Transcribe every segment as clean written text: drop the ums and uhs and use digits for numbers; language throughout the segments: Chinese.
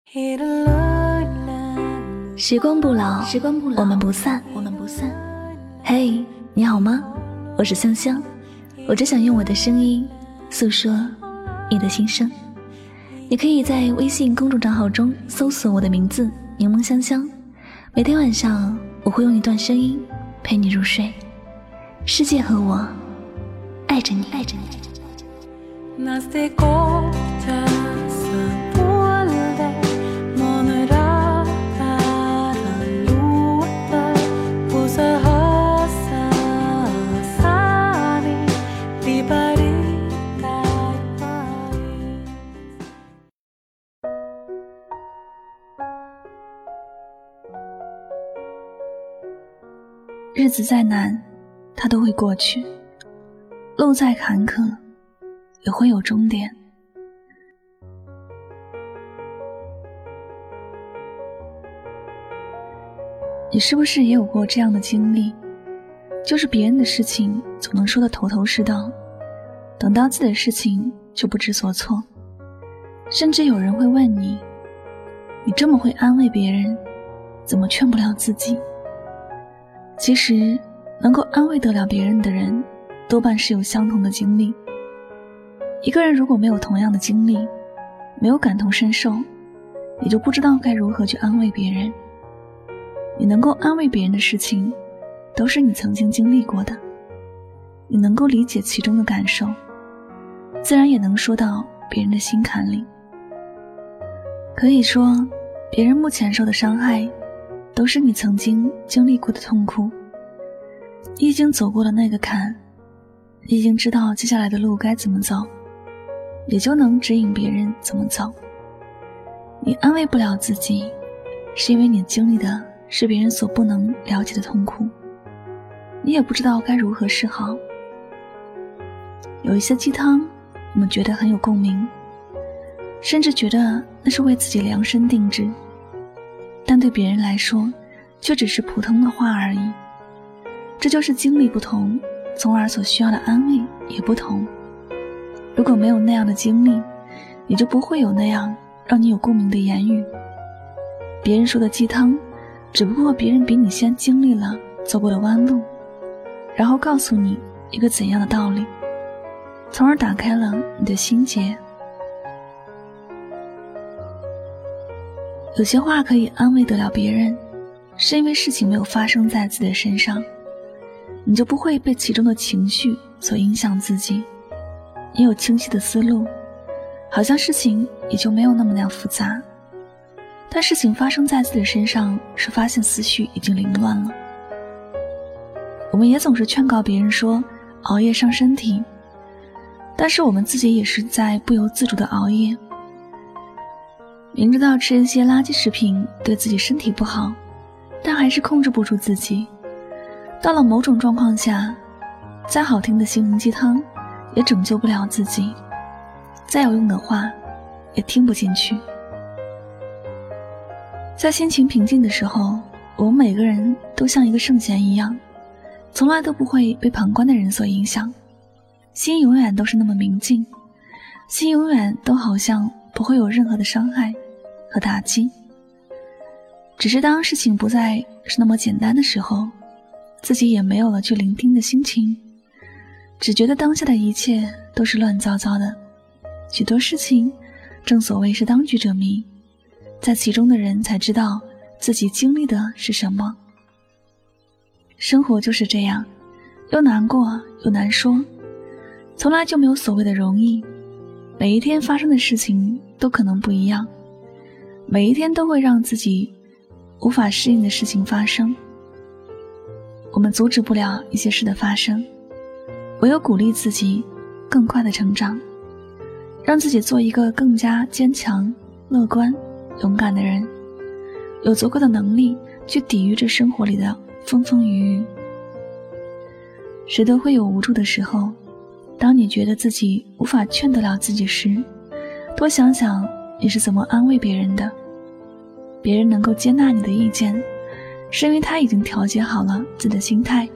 时光不老，我们不散。嘿，你好吗？我是香香，我只想用我的声音诉说你的心声。你可以在微信公众账号中搜索我的名字柠檬香香，每天晚上我会用一段声音陪你入睡。世界和我爱着你，爱着你。日子再难，它都会过去；路再坎坷，也会有终点。你是不是也有过这样的经历？就是别人的事情总能说得头头是道，等到自己的事情就不知所措。甚至有人会问你，你这么会安慰别人，怎么劝不了自己？其实能够安慰得了别人的人，多半是有相同的经历。一个人如果没有同样的经历，没有感同身受，你就不知道该如何去安慰别人。你能够安慰别人的事情，都是你曾经经历过的，你能够理解其中的感受，自然也能说到别人的心坎里。可以说，别人目前受的伤害，都是你曾经经历过的痛苦。你已经走过了那个坎，你已经知道接下来的路该怎么走，也就能指引别人怎么走。你安慰不了自己，是因为你经历的是别人所不能了解的痛苦，你也不知道该如何是好。有一些鸡汤，我们觉得很有共鸣，甚至觉得那是为自己量身定制，但对别人来说却只是普通的话而已。这就是经历不同，从而所需要的安慰也不同。如果没有那样的经历，你就不会有那样让你有共鸣的言语。别人说的鸡汤，只不过别人比你先经历了走过的弯路，然后告诉你一个怎样的道理，从而打开了你的心结。有些话可以安慰得了别人，是因为事情没有发生在自己的身上，你就不会被其中的情绪所影响自己，你有清晰的思路，好像事情也就没有那么样复杂。但事情发生在自己的身上，是发现思绪已经凌乱了。我们也总是劝告别人说熬夜伤身体，但是我们自己也是在不由自主的熬夜。明知道吃一些垃圾食品对自己身体不好，但还是控制不住自己。到了某种状况下，再好听的心灵鸡汤也拯救不了自己，再有用的话也听不进去。在心情平静的时候，我们每个人都像一个圣贤一样，从来都不会被旁观的人所影响，心永远都是那么明净，心永远都好像不会有任何的伤害和打击。只是当事情不再是那么简单的时候，自己也没有了去聆听的心情，只觉得当下的一切都是乱糟糟的。许多事情正所谓是当局者迷，在其中的人才知道自己经历的是什么。生活就是这样，又难过又难说，从来就没有所谓的容易。每一天发生的事情都可能不一样，每一天都会让自己无法适应的事情发生。我们阻止不了一些事的发生，唯有鼓励自己更快的成长，让自己做一个更加坚强、乐观、勇敢的人，有足够的能力去抵御这生活里的风风雨雨。谁都会有无助的时候，当你觉得自己无法劝得了自己时，多想想你是怎么安慰别人的。别人能够接纳你的意见，是因为他已经调节好了自己的心态。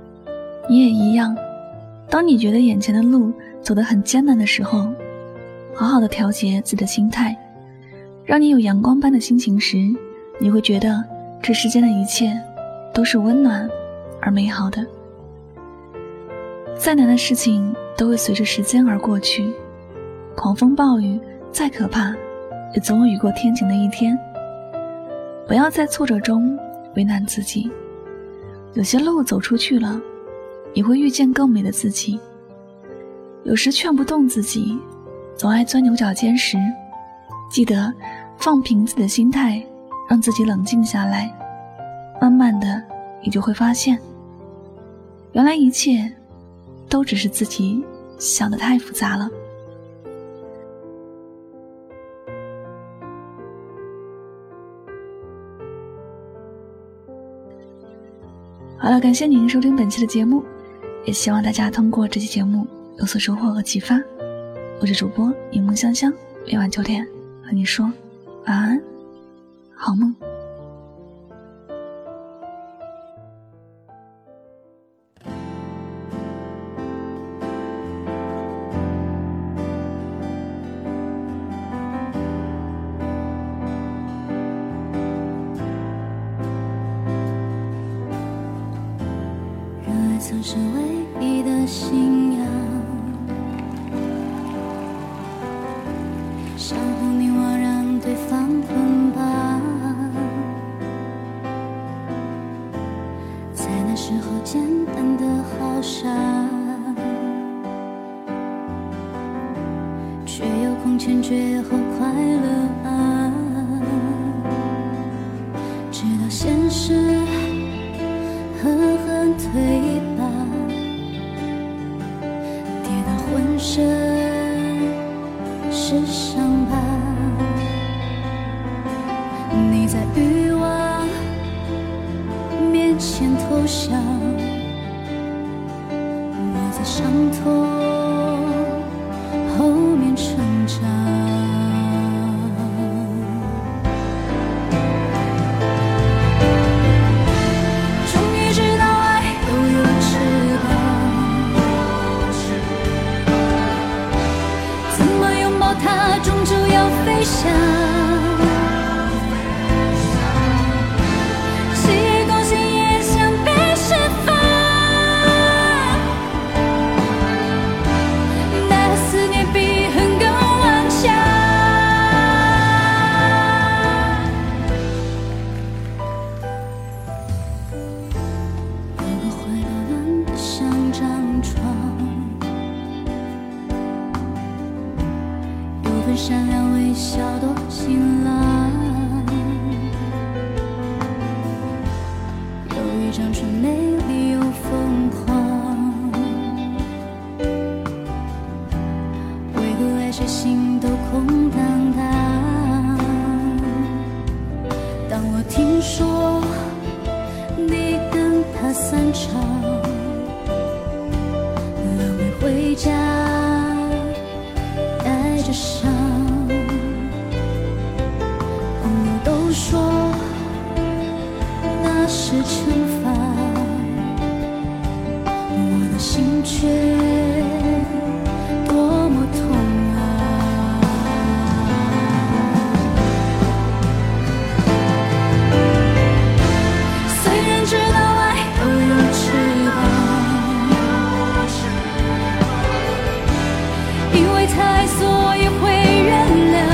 你也一样，当你觉得眼前的路走得很艰难的时候， 好好的调节自己的心态，让你有阳光般的心情时，你会觉得这世间的一切都是温暖而美好的。再难的事情都会随着时间而过去，狂风暴雨再可怕，也总有雨过天晴的一天。不要在挫折中为难自己，有些路走出去了，你会遇见更美的自己。有时劝不动自己，总爱钻牛角尖时，记得放平自己的心态，让自己冷静下来，慢慢的你就会发现，原来一切都只是自己想得太复杂了。好了，感谢您收听本期的节目，也希望大家通过这期节目有所收获和启发。我是主播柠檬香香，每晚9点和你说晚安，好梦。 曾是唯一的信仰，相互凝望，让对方捆绑，在那时候简单的好傻，却有空前绝后快乐啊！直到现实狠狠推把，跌到浑身是伤疤。你在欲望面前投降，我在伤痛后面成长。它终究要飞翔，细光线也想被释放，那思念比恨更顽强。有个怀抱暖得像张床，善良微笑多晴朗，有一张唇美丽又疯狂，为何爱谁心都空荡荡？当我听说你跟他散场，狼狈回家带着伤，说那是惩罚，我的心却多么痛啊！虽然知道爱都有翅膀，因为太爱所以会原谅。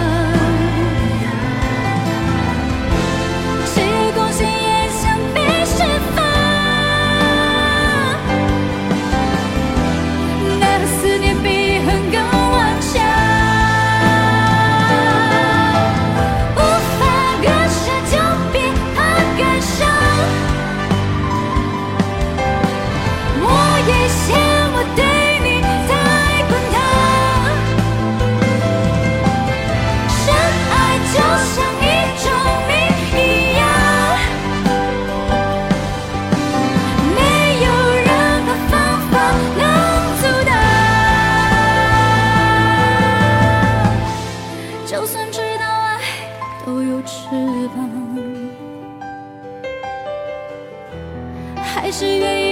就算知道爱都有翅膀，还是愿意